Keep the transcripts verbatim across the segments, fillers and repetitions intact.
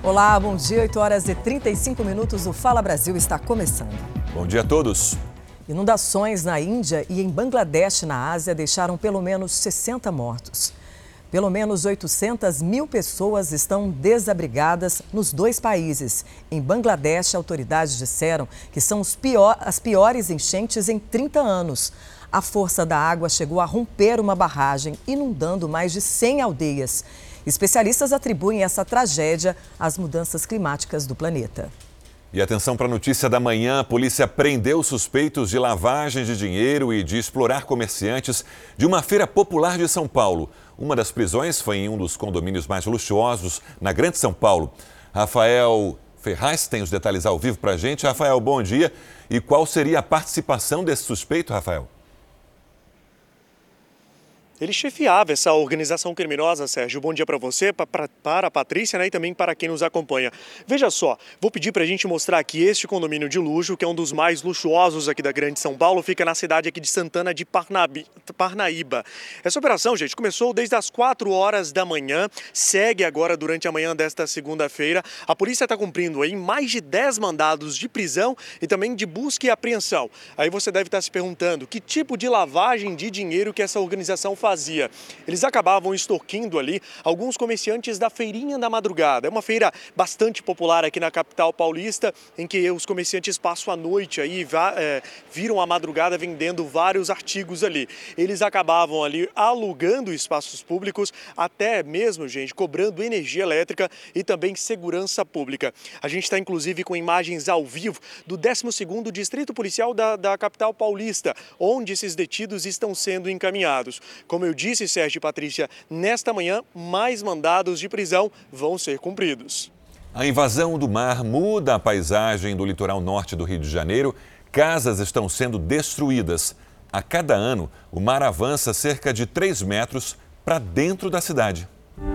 Olá, bom dia, oito horas e trinta e cinco minutos, o Fala Brasil está começando. Bom dia a todos. Inundações na Índia e em Bangladesh, na Ásia, deixaram pelo menos sessenta mortos. Pelo menos oitocentas mil pessoas estão desabrigadas nos dois países. Em Bangladesh, autoridades disseram que são os pior, as piores enchentes em trinta anos. A força da água chegou a romper uma barragem, inundando mais de cem aldeias. Especialistas atribuem essa tragédia às mudanças climáticas do planeta. E atenção para a notícia da manhã. A polícia prendeu suspeitos de lavagem de dinheiro e de explorar comerciantes de uma feira popular de São Paulo. Uma das prisões foi em um dos condomínios mais luxuosos na Grande São Paulo. Rafael Ferraz tem os detalhes ao vivo para a gente. Rafael, bom dia. E qual seria a participação desse suspeito, Rafael? Ele chefiava essa organização criminosa, Sérgio. Bom dia para você, para, para a Patrícia, né, e também para quem nos acompanha. Veja só, vou pedir para a gente mostrar aqui este condomínio de luxo, que é um dos mais luxuosos aqui da Grande São Paulo, fica na cidade aqui de Santana de Parnabi, Parnaíba. Essa operação, gente, começou desde as quatro horas da manhã, segue agora durante a manhã desta segunda-feira. A polícia está cumprindo aí mais de dez mandados de prisão e também de busca e apreensão. Aí você deve estar se perguntando que tipo de lavagem de dinheiro que essa organização faz. Fazia. Eles acabavam extorquindo ali alguns comerciantes da Feirinha da Madrugada. É uma feira bastante popular aqui na capital paulista, em que os comerciantes passam a noite aí, é, viram a madrugada vendendo vários artigos ali. Eles acabavam ali alugando espaços públicos, até mesmo, gente, cobrando energia elétrica e também segurança pública. A gente está, inclusive, com imagens ao vivo do décimo segundo Distrito Policial da, da capital paulista, onde esses detidos estão sendo encaminhados. Como eu disse, Sérgio e Patrícia, nesta manhã, mais mandados de prisão vão ser cumpridos. A invasão do mar muda a paisagem do litoral norte do Rio de Janeiro. Casas estão sendo destruídas. A cada ano, o mar avança cerca de três metros para dentro da cidade.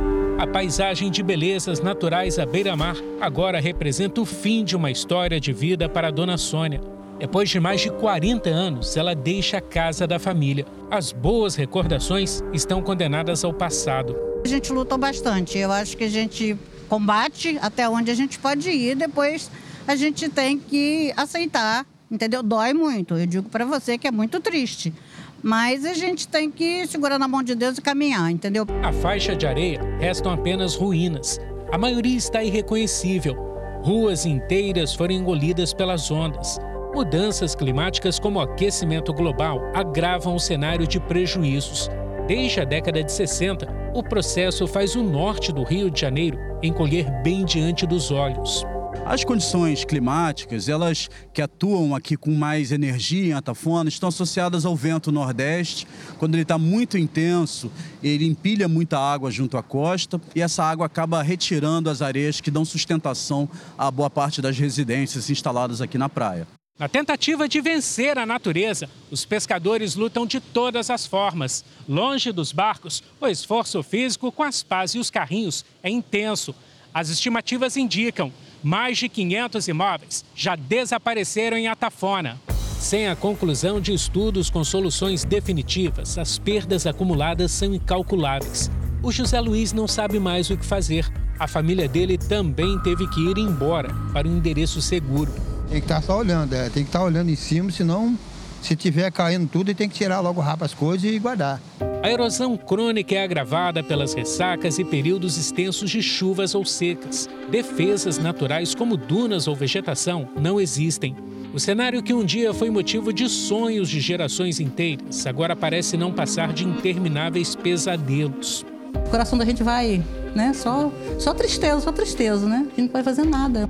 A paisagem de belezas naturais à beira-mar agora representa o fim de uma história de vida para a dona Sônia. Depois de mais de quarenta anos, ela deixa a casa da família. As boas recordações estão condenadas ao passado. A gente lutou bastante. Eu acho que a gente combate até onde a gente pode ir. Depois a gente tem que aceitar, entendeu? Dói muito. Eu digo para você que é muito triste. Mas a gente tem que segurar na mão de Deus e caminhar, entendeu? A faixa de areia restam apenas ruínas. A maioria está irreconhecível. Ruas inteiras foram engolidas pelas ondas. Mudanças climáticas como o aquecimento global agravam o cenário de prejuízos. Desde a década de sessenta, o processo faz o norte do Rio de Janeiro encolher bem diante dos olhos. As condições climáticas, elas que atuam aqui com mais energia em Atafona, estão associadas ao vento nordeste. Quando ele está muito intenso, ele empilha muita água junto à costa e essa água acaba retirando as areias que dão sustentação a boa parte das residências instaladas aqui na praia. Na tentativa de vencer a natureza, os pescadores lutam de todas as formas. Longe dos barcos, o esforço físico com as pás e os carrinhos é intenso. As estimativas indicam mais de quinhentos imóveis já desapareceram em Atafona. Sem a conclusão de estudos com soluções definitivas, as perdas acumuladas são incalculáveis. O José Luiz não sabe mais o que fazer. A família dele também teve que ir embora para um endereço seguro. Tem que estar só olhando, é, tem que estar olhando em cima, senão, se tiver caindo tudo, ele tem que tirar logo rápido as coisas e guardar. A erosão crônica é agravada pelas ressacas e períodos extensos de chuvas ou secas. Defesas naturais como dunas ou vegetação não existem. O cenário que um dia foi motivo de sonhos de gerações inteiras, agora parece não passar de intermináveis pesadelos. O coração da gente vai, né, só, só tristeza, só tristeza, né? A gente não pode fazer nada.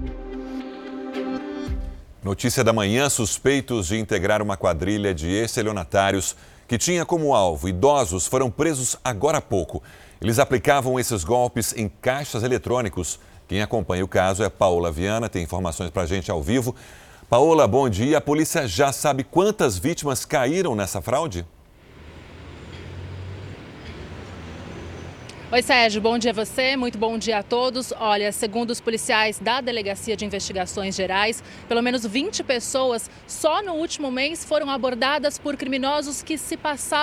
Notícia da manhã: suspeitos de integrar uma quadrilha de estelionatários que tinha como alvo idosos foram presos agora há pouco. Eles aplicavam esses golpes em caixas eletrônicos. Quem acompanha o caso é Paola Viana, tem informações para a gente ao vivo. Paola, bom dia. A polícia já sabe quantas vítimas caíram nessa fraude? Oi, Sérgio, bom dia a você, muito bom dia a todos. Olha, segundo os policiais da Delegacia de Investigações Gerais, pelo menos vinte pessoas só no último mês foram abordadas por criminosos que se passavam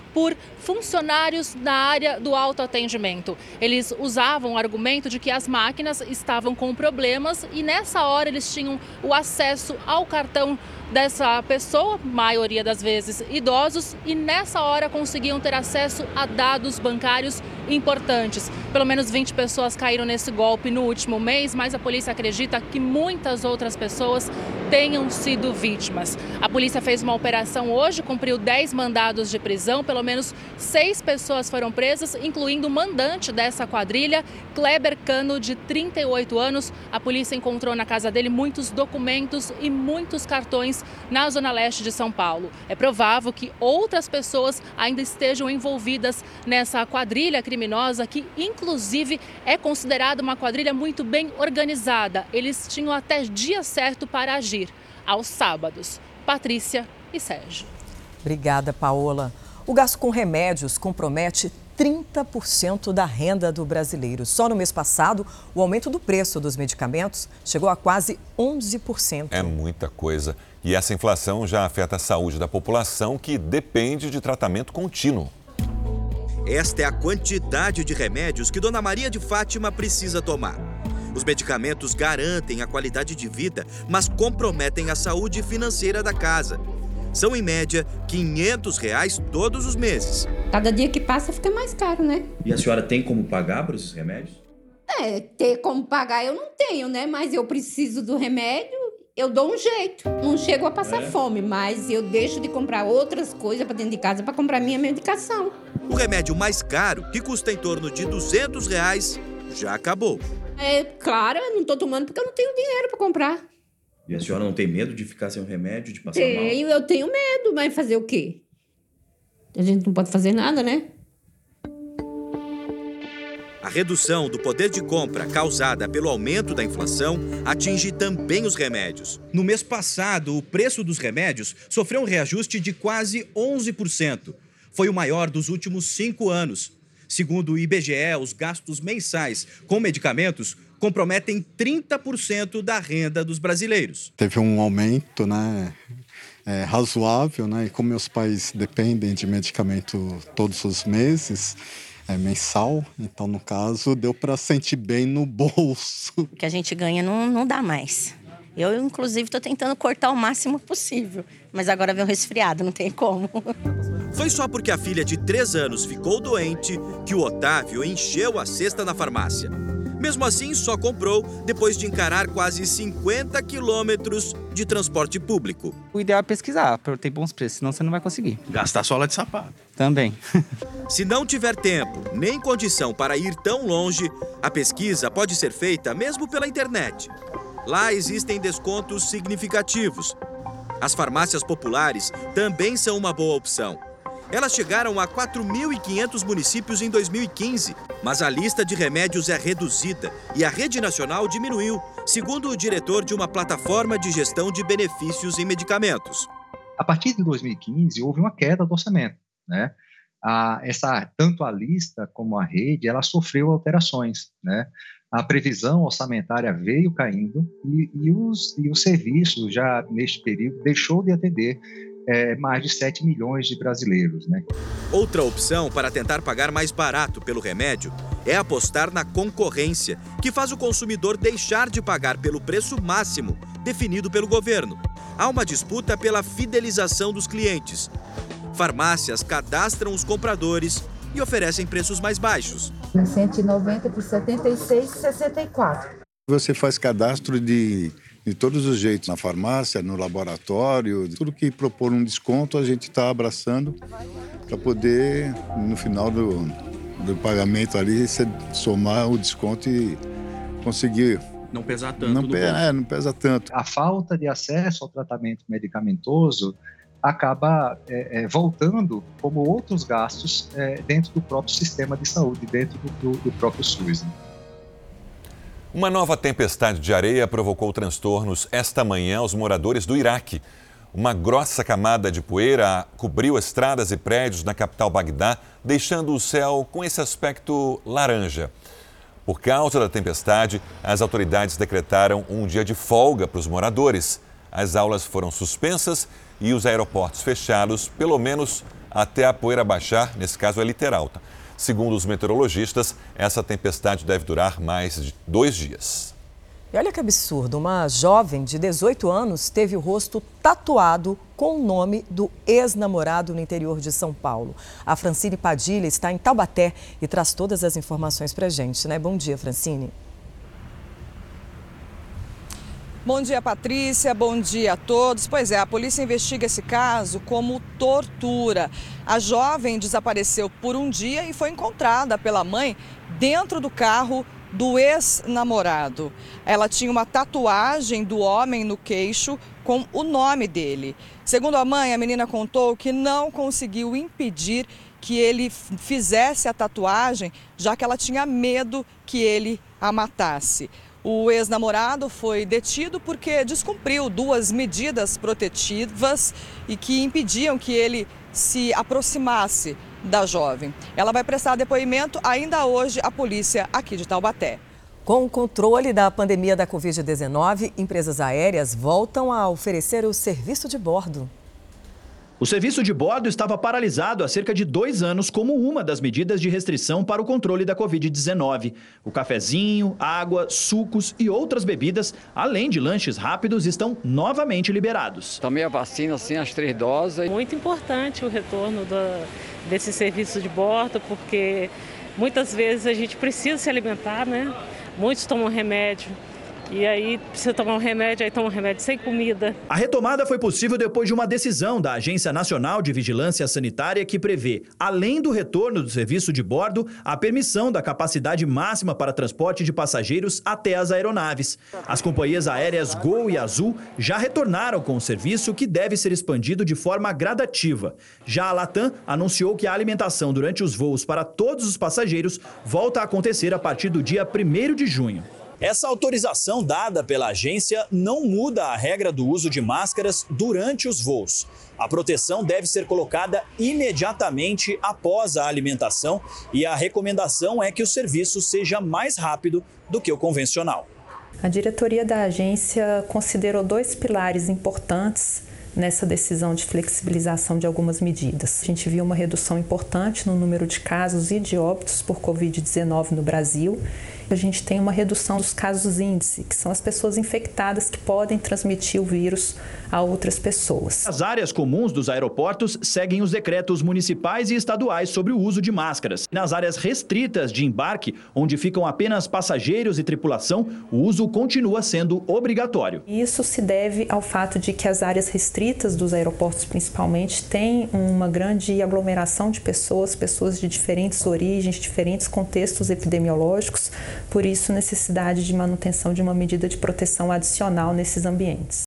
por funcionários da área do autoatendimento. Eles usavam o argumento de que as máquinas estavam com problemas e nessa hora eles tinham o acesso ao cartão dessa pessoa, maioria das vezes idosos, e nessa hora conseguiam ter acesso a dados bancários importantes. Pelo menos vinte pessoas caíram nesse golpe no último mês, mas a polícia acredita que muitas outras pessoas tenham sido vítimas. A polícia fez uma operação hoje, cumpriu dez mandados de prisão, pelo menos seis pessoas foram presas, incluindo o mandante dessa quadrilha, Kleber Cano, de trinta e oito anos. A polícia encontrou na casa dele muitos documentos e muitos cartões na zona leste de São Paulo. É provável que outras pessoas ainda estejam envolvidas nessa quadrilha criminosa, que inclusive é considerada uma quadrilha muito bem organizada. Eles tinham até dia certo para agir, aos sábados. Patrícia e Sérgio. Obrigada, Paola. O gasto com remédios compromete trinta por cento da renda do brasileiro. Só no mês passado, o aumento do preço dos medicamentos chegou a quase onze por cento. É muita coisa. E essa inflação já afeta a saúde da população, que depende de tratamento contínuo. Esta é a quantidade de remédios que Dona Maria de Fátima precisa tomar. Os medicamentos garantem a qualidade de vida, mas comprometem a saúde financeira da casa. São, em média, quinhentos reais todos os meses. Cada dia que passa fica mais caro, né? E a senhora tem como pagar por esses remédios? É, ter como pagar eu não tenho, né? Mas eu preciso do remédio, eu dou um jeito. Não chego a passar é. fome, mas eu deixo de comprar outras coisas para dentro de casa para comprar minha medicação. O remédio mais caro, que custa em torno de duzentos reais, já acabou. É claro, eu não estou tomando porque eu não tenho dinheiro para comprar. E a senhora não tem medo de ficar sem o remédio, de passar tenho, mal? Tenho, eu tenho medo, mas fazer o quê? A gente não pode fazer nada, né? A redução do poder de compra causada pelo aumento da inflação atinge também os remédios. No mês passado, o preço dos remédios sofreu um reajuste de quase onze por cento. Foi o maior dos últimos cinco anos. Segundo o I B G E, os gastos mensais com medicamentos comprometem trinta por cento da renda dos brasileiros. Teve um aumento, né, é, razoável, né, e como meus pais dependem de medicamento todos os meses, é mensal, então no caso deu para sentir bem no bolso. O que a gente ganha não, não dá mais. Eu, inclusive, estou tentando cortar o máximo possível, mas agora vem um resfriado, não tem como. Foi só porque a filha de três anos ficou doente que o Otávio encheu a cesta na farmácia. Mesmo assim, só comprou depois de encarar quase cinquenta quilômetros de transporte público. O ideal é pesquisar, para ter bons preços, senão você não vai conseguir. Gastar sola de sapato. Também. Se não tiver tempo nem condição para ir tão longe, a pesquisa pode ser feita mesmo pela internet. Lá existem descontos significativos. As farmácias populares também são uma boa opção. Elas chegaram a quatro mil e quinhentos municípios em dois mil e quinze, mas a lista de remédios é reduzida e a rede nacional diminuiu, segundo o diretor de uma plataforma de gestão de benefícios em medicamentos. A partir de dois mil e quinze, houve uma queda do orçamento, né? A, essa, tanto a lista como a rede, ela sofreu alterações, né? A previsão orçamentária veio caindo e, e, os, e o serviço, já neste período, deixou de atender É, mais de sete milhões de brasileiros, né? Outra opção para tentar pagar mais barato pelo remédio é apostar na concorrência, que faz o consumidor deixar de pagar pelo preço máximo definido pelo governo. Há uma disputa pela fidelização dos clientes. Farmácias cadastram os compradores e oferecem preços mais baixos. cento e noventa por setenta e seis reais e sessenta e quatro centavos. Você faz cadastro de... de todos os jeitos, na farmácia, no laboratório, tudo que propor um desconto a gente está abraçando para poder, no final do, do pagamento ali, você somar o desconto e conseguir... Não pesar tanto. Não, pe é, não pesa tanto. A falta de acesso ao tratamento medicamentoso acaba é, é, voltando como outros gastos é, dentro do próprio sistema de saúde, dentro do, do próprio SUS, né? Uma nova tempestade de areia provocou transtornos esta manhã aos moradores do Iraque. Uma grossa camada de poeira cobriu estradas e prédios na capital Bagdá, deixando o céu com esse aspecto laranja. Por causa da tempestade, as autoridades decretaram um dia de folga para os moradores. As aulas foram suspensas e os aeroportos fechados, pelo menos até a poeira baixar, nesse caso é literal. Tá? Segundo os meteorologistas, essa tempestade deve durar mais de dois dias. E olha que absurdo, uma jovem de dezoito anos teve o rosto tatuado com o nome do ex-namorado no interior de São Paulo. A Francine Padilha está em Taubaté e traz todas as informações pra gente, né? Bom dia, Francine. Bom dia, Patrícia. Bom dia a todos. Pois é, a polícia investiga esse caso como tortura. A jovem desapareceu por um dia e foi encontrada pela mãe dentro do carro do ex-namorado. Ela tinha uma tatuagem do homem no queixo com o nome dele. Segundo a mãe, a menina contou que não conseguiu impedir que ele fizesse a tatuagem, já que ela tinha medo que ele a matasse. O ex-namorado foi detido porque descumpriu duas medidas protetivas e que impediam que ele se aproximasse da jovem. Ela vai prestar depoimento ainda hoje à polícia aqui de Taubaté. Com o controle da pandemia da covid dezenove, empresas aéreas voltam a oferecer o serviço de bordo. O serviço de bordo estava paralisado há cerca de dois anos como uma das medidas de restrição para o controle da covid dezenove. O cafezinho, água, sucos e outras bebidas, além de lanches rápidos, estão novamente liberados. Tomei a vacina, assim, as três doses. Muito importante o retorno da, desse serviço de bordo, porque muitas vezes a gente precisa se alimentar, né? Muitos tomam remédio. E aí precisa tomar um remédio, aí toma um remédio sem comida. A retomada foi possível depois de uma decisão da Agência Nacional de Vigilância Sanitária que prevê, além do retorno do serviço de bordo, a permissão da capacidade máxima para transporte de passageiros até as aeronaves. As companhias aéreas Gol e Azul já retornaram com o serviço, que deve ser expandido de forma gradativa. Já a Latam anunciou que a alimentação durante os voos para todos os passageiros volta a acontecer a partir do dia primeiro de junho. Essa autorização dada pela agência não muda a regra do uso de máscaras durante os voos. A proteção deve ser colocada imediatamente após a alimentação e a recomendação é que o serviço seja mais rápido do que o convencional. A diretoria da agência considerou dois pilares importantes nessa decisão de flexibilização de algumas medidas. A gente viu uma redução importante no número de casos e de óbitos por covid dezenove no Brasil. A gente tem uma redução dos casos índice, que são as pessoas infectadas que podem transmitir o vírus a outras pessoas. As áreas comuns dos aeroportos seguem os decretos municipais e estaduais sobre o uso de máscaras. Nas áreas restritas de embarque, onde ficam apenas passageiros e tripulação, o uso continua sendo obrigatório. Isso se deve ao fato de que as áreas restritas dos aeroportos, principalmente, têm uma grande aglomeração de pessoas, pessoas de diferentes origens, diferentes contextos epidemiológicos. Por isso, necessidade de manutenção de uma medida de proteção adicional nesses ambientes.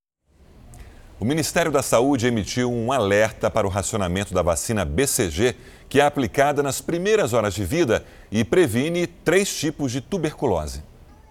O Ministério da Saúde emitiu um alerta para o racionamento da vacina B C G, que é aplicada nas primeiras horas de vida e previne três tipos de tuberculose.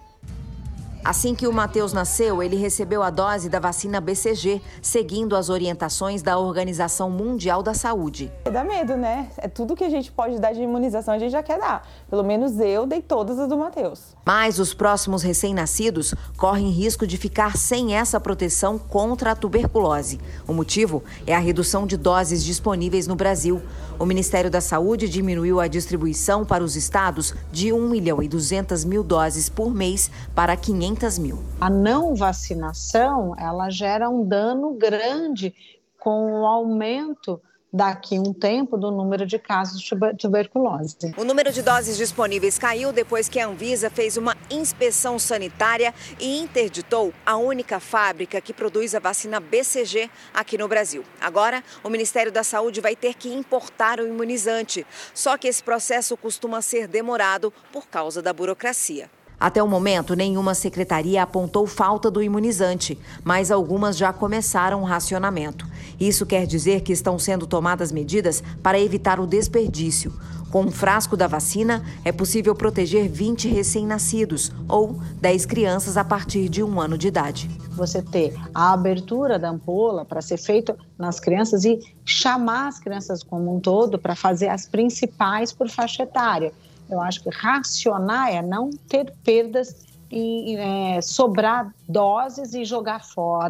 Assim que o Matheus nasceu, ele recebeu a dose da vacina B C G, seguindo as orientações da Organização Mundial da Saúde. Dá medo, né? É tudo que a gente pode dar de imunização, a gente já quer dar. Pelo menos eu dei todas as do Matheus. Mas os próximos recém-nascidos correm risco de ficar sem essa proteção contra a tuberculose. O motivo é a redução de doses disponíveis no Brasil. O Ministério da Saúde diminuiu a distribuição para os estados de um milhão e duzentas mil doses por mês para quinhentas mil. A não vacinação, ela gera um dano grande com o aumento daqui a um tempo do número de casos de tuberculose. O número de doses disponíveis caiu depois que a Anvisa fez uma inspeção sanitária e interditou a única fábrica que produz a vacina B C G aqui no Brasil. Agora, o Ministério da Saúde vai ter que importar o imunizante. Só que esse processo costuma ser demorado por causa da burocracia. Até o momento, nenhuma secretaria apontou falta do imunizante, mas algumas já começaram o racionamento. Isso quer dizer que estão sendo tomadas medidas para evitar o desperdício. Com um frasco da vacina, é possível proteger vinte recém-nascidos ou dez crianças a partir de um ano de idade. Você ter a abertura da ampola para ser feito nas crianças e chamar as crianças como um todo para fazer as principais por faixa etária. Eu acho que racionar é não ter perdas e é, sobrar doses e jogar fora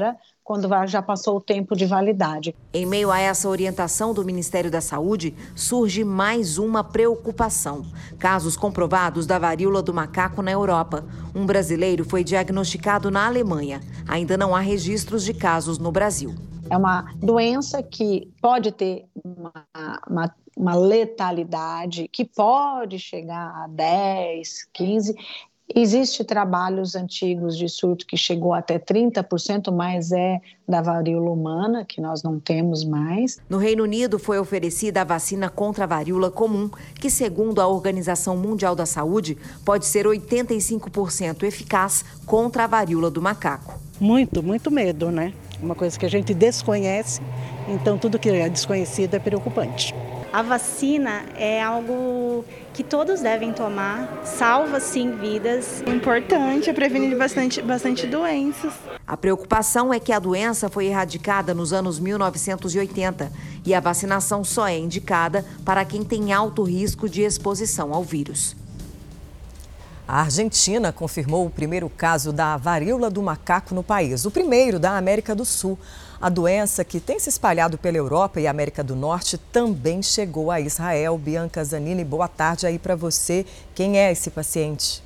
quando já passou o tempo de validade. Em meio a essa orientação do Ministério da Saúde, surge mais uma preocupação. Casos comprovados da varíola do macaco na Europa. Um brasileiro foi diagnosticado na Alemanha. Ainda não há registros de casos no Brasil. É uma doença que pode ter uma, uma, uma letalidade, que pode chegar a dez, quinze. Existem trabalhos antigos de surto que chegou até trinta por cento, mas é da varíola humana, que nós não temos mais. No Reino Unido foi oferecida a vacina contra a varíola comum, que, segundo a Organização Mundial da Saúde, pode ser oitenta e cinco por cento eficaz contra a varíola do macaco. Muito, muito medo, né? Uma coisa que a gente desconhece, então tudo que é desconhecido é preocupante. A vacina é algo que todos devem tomar, salva sim vidas. O importante é prevenir bastante, bastante doenças. A preocupação é que a doença foi erradicada nos anos mil novecentos e oitenta e a vacinação só é indicada para quem tem alto risco de exposição ao vírus. A Argentina confirmou o primeiro caso da varíola do macaco no país, o primeiro da América do Sul. A doença, que tem se espalhado pela Europa e América do Norte, também chegou a Israel. Bianca Zanini, boa tarde aí para você. Quem é esse paciente?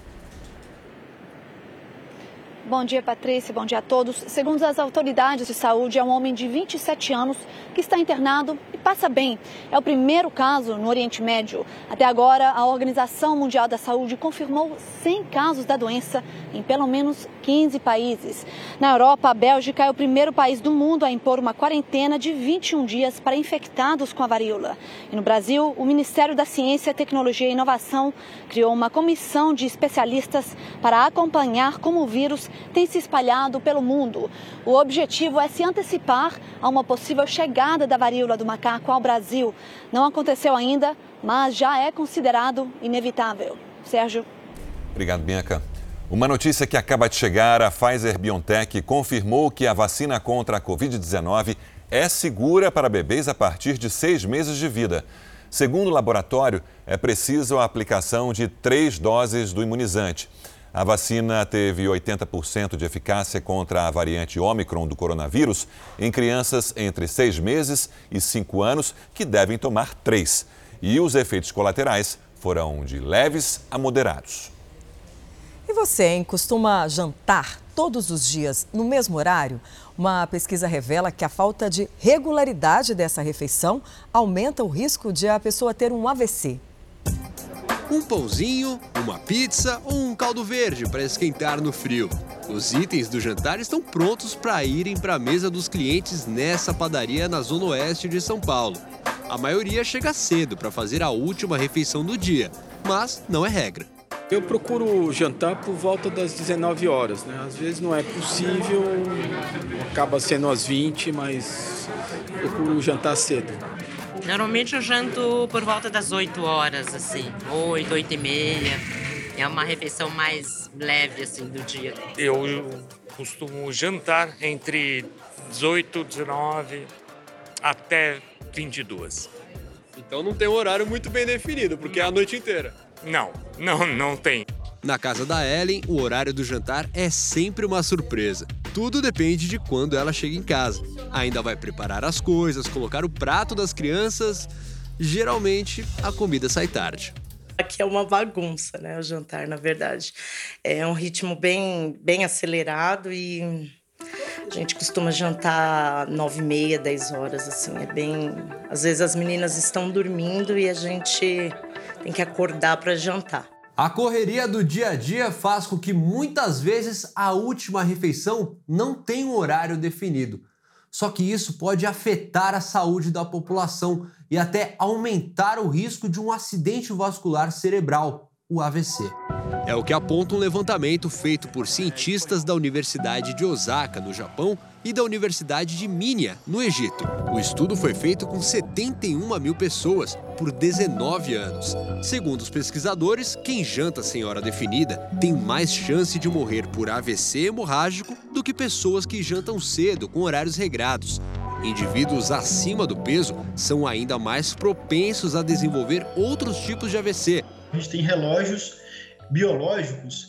Bom dia, Patrícia. Bom dia a todos. Segundo as autoridades de saúde, é um homem de vinte e sete anos que está internado e passa bem. É o primeiro caso no Oriente Médio. Até agora, a Organização Mundial da Saúde confirmou cem casos da doença em pelo menos quinze países. Na Europa, a Bélgica é o primeiro país do mundo a impor uma quarentena de vinte e um dias para infectados com a varíola. E no Brasil, o Ministério da Ciência, Tecnologia e Inovação criou uma comissão de especialistas para acompanhar como o vírus tem se espalhado pelo mundo. O objetivo é se antecipar a uma possível chegada da varíola do macaco ao Brasil. Não aconteceu ainda, mas já é considerado inevitável. Sérgio. Obrigado, Bianca. Uma notícia que acaba de chegar: a Pfizer-BioNTech confirmou que a vacina contra a covid dezenove é segura para bebês a partir de seis meses de vida. Segundo o laboratório, é preciso a aplicação de três doses do imunizante. A vacina teve oitenta por cento de eficácia contra a variante Ômicron do coronavírus em crianças entre seis meses e cinco anos, que devem tomar três. E os efeitos colaterais foram de leves a moderados. E você, hein, costuma jantar todos os dias no mesmo horário? Uma pesquisa revela que a falta de regularidade dessa refeição aumenta o risco de a pessoa ter um A V C. Um pãozinho, uma pizza ou um caldo verde para esquentar no frio. Os itens do jantar estão prontos para irem para a mesa dos clientes nessa padaria na Zona Oeste de São Paulo. A maioria chega cedo para fazer a última refeição do dia, mas não é regra. Eu procuro jantar por volta das dezenove horas, né? Às vezes não é possível, acaba sendo às vinte, mas procuro jantar cedo. Normalmente eu janto por volta das oito horas, assim, oito, oito e meia. É uma refeição mais leve, assim, do dia. Eu costumo jantar entre dezoito, dezenove até vinte e duas. Então não tem um horário muito bem definido, porque é a noite inteira. Não, não, não tem. Na casa da Ellen, o horário do jantar é sempre uma surpresa. Tudo depende de quando ela chega em casa. Ainda vai preparar as coisas, colocar o prato das crianças. Geralmente, a comida sai tarde. Aqui é uma bagunça, né, o jantar, na verdade. É um ritmo bem, bem acelerado e a gente costuma jantar nove e meia, dez horas, assim. É bem... Às vezes as meninas estão dormindo e a gente tem que acordar para jantar. A correria do dia a dia faz com que muitas vezes a última refeição não tenha um horário definido. Só que isso pode afetar a saúde da população e até aumentar o risco de um acidente vascular cerebral, o A V C. É o que aponta um levantamento feito por cientistas da Universidade de Osaka, no Japão, e da Universidade de Minya, no Egito. O estudo foi feito com setenta e uma mil pessoas por dezenove anos. Segundo os pesquisadores, quem janta sem hora definida tem mais chance de morrer por A V C hemorrágico do que pessoas que jantam cedo com horários regrados. Indivíduos acima do peso são ainda mais propensos a desenvolver outros tipos de A V C. A gente tem relógios biológicos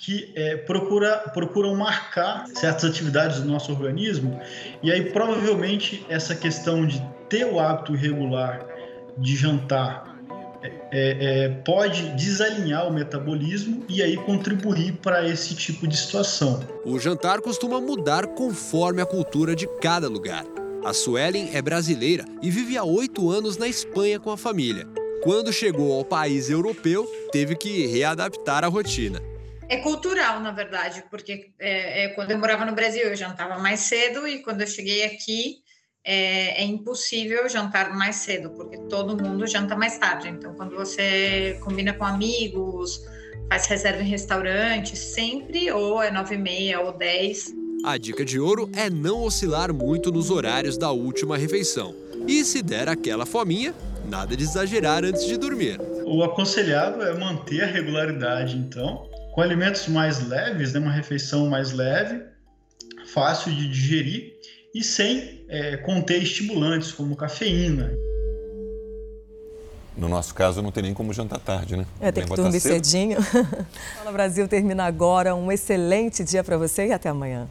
que é, procura, procuram marcar certas atividades do nosso organismo, e aí provavelmente essa questão de ter o hábito irregular de jantar é, é, pode desalinhar o metabolismo e aí contribuir para esse tipo de situação. O jantar costuma mudar conforme a cultura de cada lugar. A Suelen é brasileira e vive há oito anos na Espanha com a família. Quando chegou ao país europeu, teve que readaptar a rotina. É cultural, na verdade, porque é, é, quando eu morava no Brasil eu jantava mais cedo e quando eu cheguei aqui é, é impossível jantar mais cedo, porque todo mundo janta mais tarde. Então, quando você combina com amigos, faz reserva em restaurante, sempre ou é nove e meia ou dez. A dica de ouro é não oscilar muito nos horários da última refeição. E se der aquela fominha, nada de exagerar antes de dormir. O aconselhado é manter a regularidade, então, com alimentos mais leves, né, uma refeição mais leve, fácil de digerir e sem é, conter estimulantes como cafeína. No nosso caso, não tem nem como jantar tarde, né? É, tem que dormir cedinho. Fala Brasil termina agora. Um excelente dia para você e até amanhã.